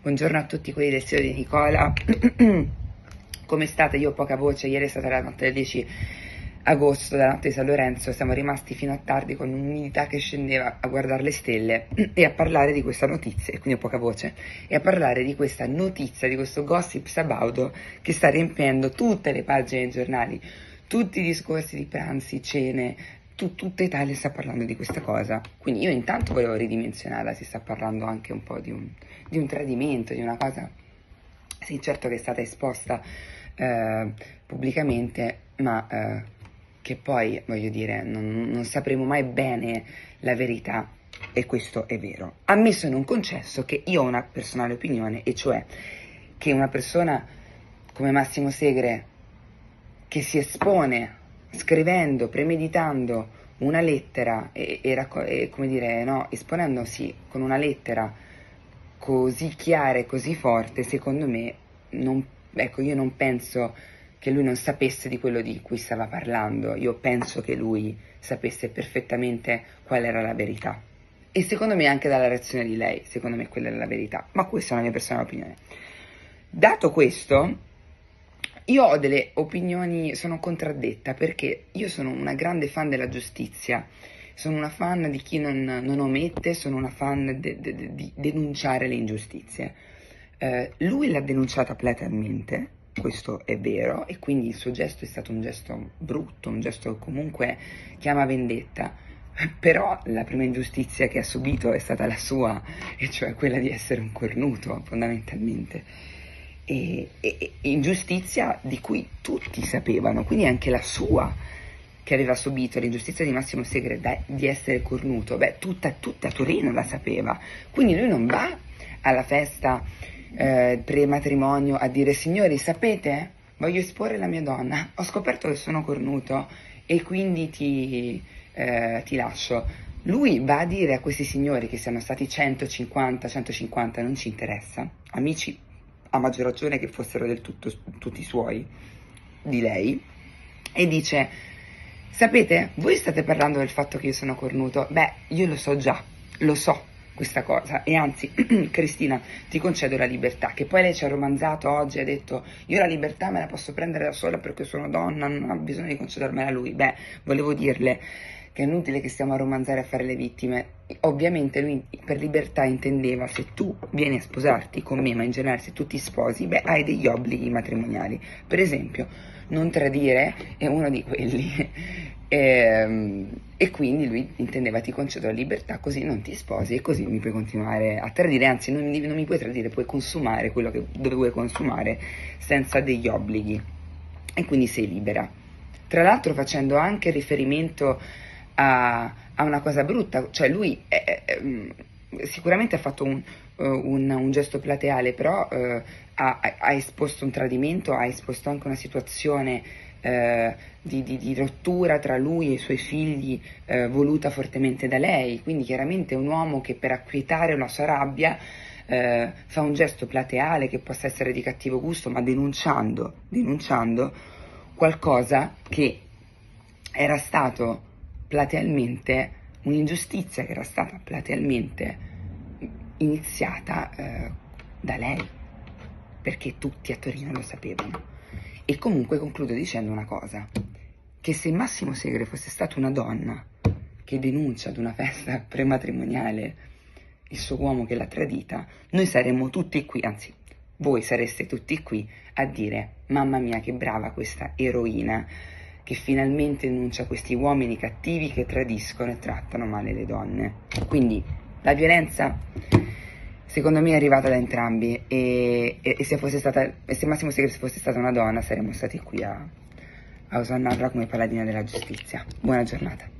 Buongiorno a tutti quelli del sito di Nicola. Come state? Io ho poca voce, ieri è stata la notte del 10 agosto, la notte di San Lorenzo, siamo rimasti fino a tardi con un'umidità che scendeva a guardare le stelle e a parlare di questa notizia, e quindi ho poca voce, e a parlare di questa notizia, di questo gossip sabaudo che sta riempiendo tutte le pagine dei giornali, tutti i discorsi di pranzi, cene, tutta Italia sta parlando di questa cosa. Quindi io intanto volevo ridimensionarla, si sta parlando anche un po' di un tradimento, di una cosa, sì, certo che è stata esposta pubblicamente, ma che poi, voglio dire, non sapremo mai bene la verità, e questo è vero. Ammesso e non concesso che io ho una personale opinione, e cioè che una persona come Massimo Segre, che si espone scrivendo, premeditando una lettera e come dire, no, esponendosi con una lettera così chiara e così forte, secondo me, io non penso che lui non sapesse di quello di cui stava parlando. Io penso che lui sapesse perfettamente qual era la verità. E secondo me anche dalla reazione di lei, secondo me quella era la verità. Ma questa è una mia personale opinione. Dato questo, io ho delle opinioni, sono contraddetta, perché io sono una grande fan della giustizia, sono una fan di chi non omette, sono una fan di denunciare le ingiustizie. Lui l'ha denunciata platealmente, questo è vero, e quindi il suo gesto è stato un gesto brutto, un gesto comunque chiama vendetta, però la prima ingiustizia che ha subito è stata la sua, e cioè quella di essere un cornuto, fondamentalmente. E ingiustizia di cui tutti sapevano, quindi anche la sua, che aveva subito l'ingiustizia di Massimo Segre di essere cornuto, tutta Torino la sapeva. Quindi lui non va alla festa pre-matrimonio a dire: signori, sapete, voglio esporre la mia donna, ho scoperto che sono cornuto e quindi ti lascio. Lui va a dire a questi signori, che siano stati 150, non ci interessa, amici a maggior ragione che fossero del tutto tutti suoi, di lei, e dice: sapete, voi state parlando del fatto che io sono cornuto, io lo so già, lo so questa cosa, e anzi Cristina, ti concedo la libertà, che poi lei ci ha romanzato oggi, ha detto: io la libertà me la posso prendere da sola perché sono donna, non ha bisogno di concedermela a lui. Volevo dirle che è inutile che stiamo a romanzare, a fare le vittime. Ovviamente lui per libertà intendeva: se tu vieni a sposarti con me, ma in generale se tu ti sposi, hai degli obblighi matrimoniali. Per esempio, non tradire è uno di quelli. E quindi lui intendeva: ti concedo la libertà, così non ti sposi e così mi puoi continuare a tradire, anzi non mi puoi tradire, puoi consumare quello che dove vuoi consumare senza degli obblighi, e quindi sei libera. Tra l'altro facendo anche riferimento a una cosa brutta, cioè lui sicuramente ha fatto un gesto plateale, però ha esposto un tradimento, ha esposto anche una situazione di rottura tra lui e i suoi figli, voluta fortemente da lei. Quindi chiaramente è un uomo che, per acquietare la sua rabbia, fa un gesto plateale che possa essere di cattivo gusto, ma denunciando qualcosa che era stato platealmente, un'ingiustizia che era stata platealmente iniziata da lei, perché tutti a Torino lo sapevano. E comunque concludo dicendo una cosa: che se Massimo Segre fosse stata una donna che denuncia ad una festa prematrimoniale il suo uomo che l'ha tradita, noi saremmo tutti qui, anzi voi sareste tutti qui a dire: mamma mia che brava questa eroina che finalmente denuncia questi uomini cattivi che tradiscono e trattano male le donne. Quindi la violenza, secondo me, è arrivata da entrambi, e se Massimo Segre fosse stata una donna, saremmo stati qui a osannarla come paladina della giustizia. Buona giornata.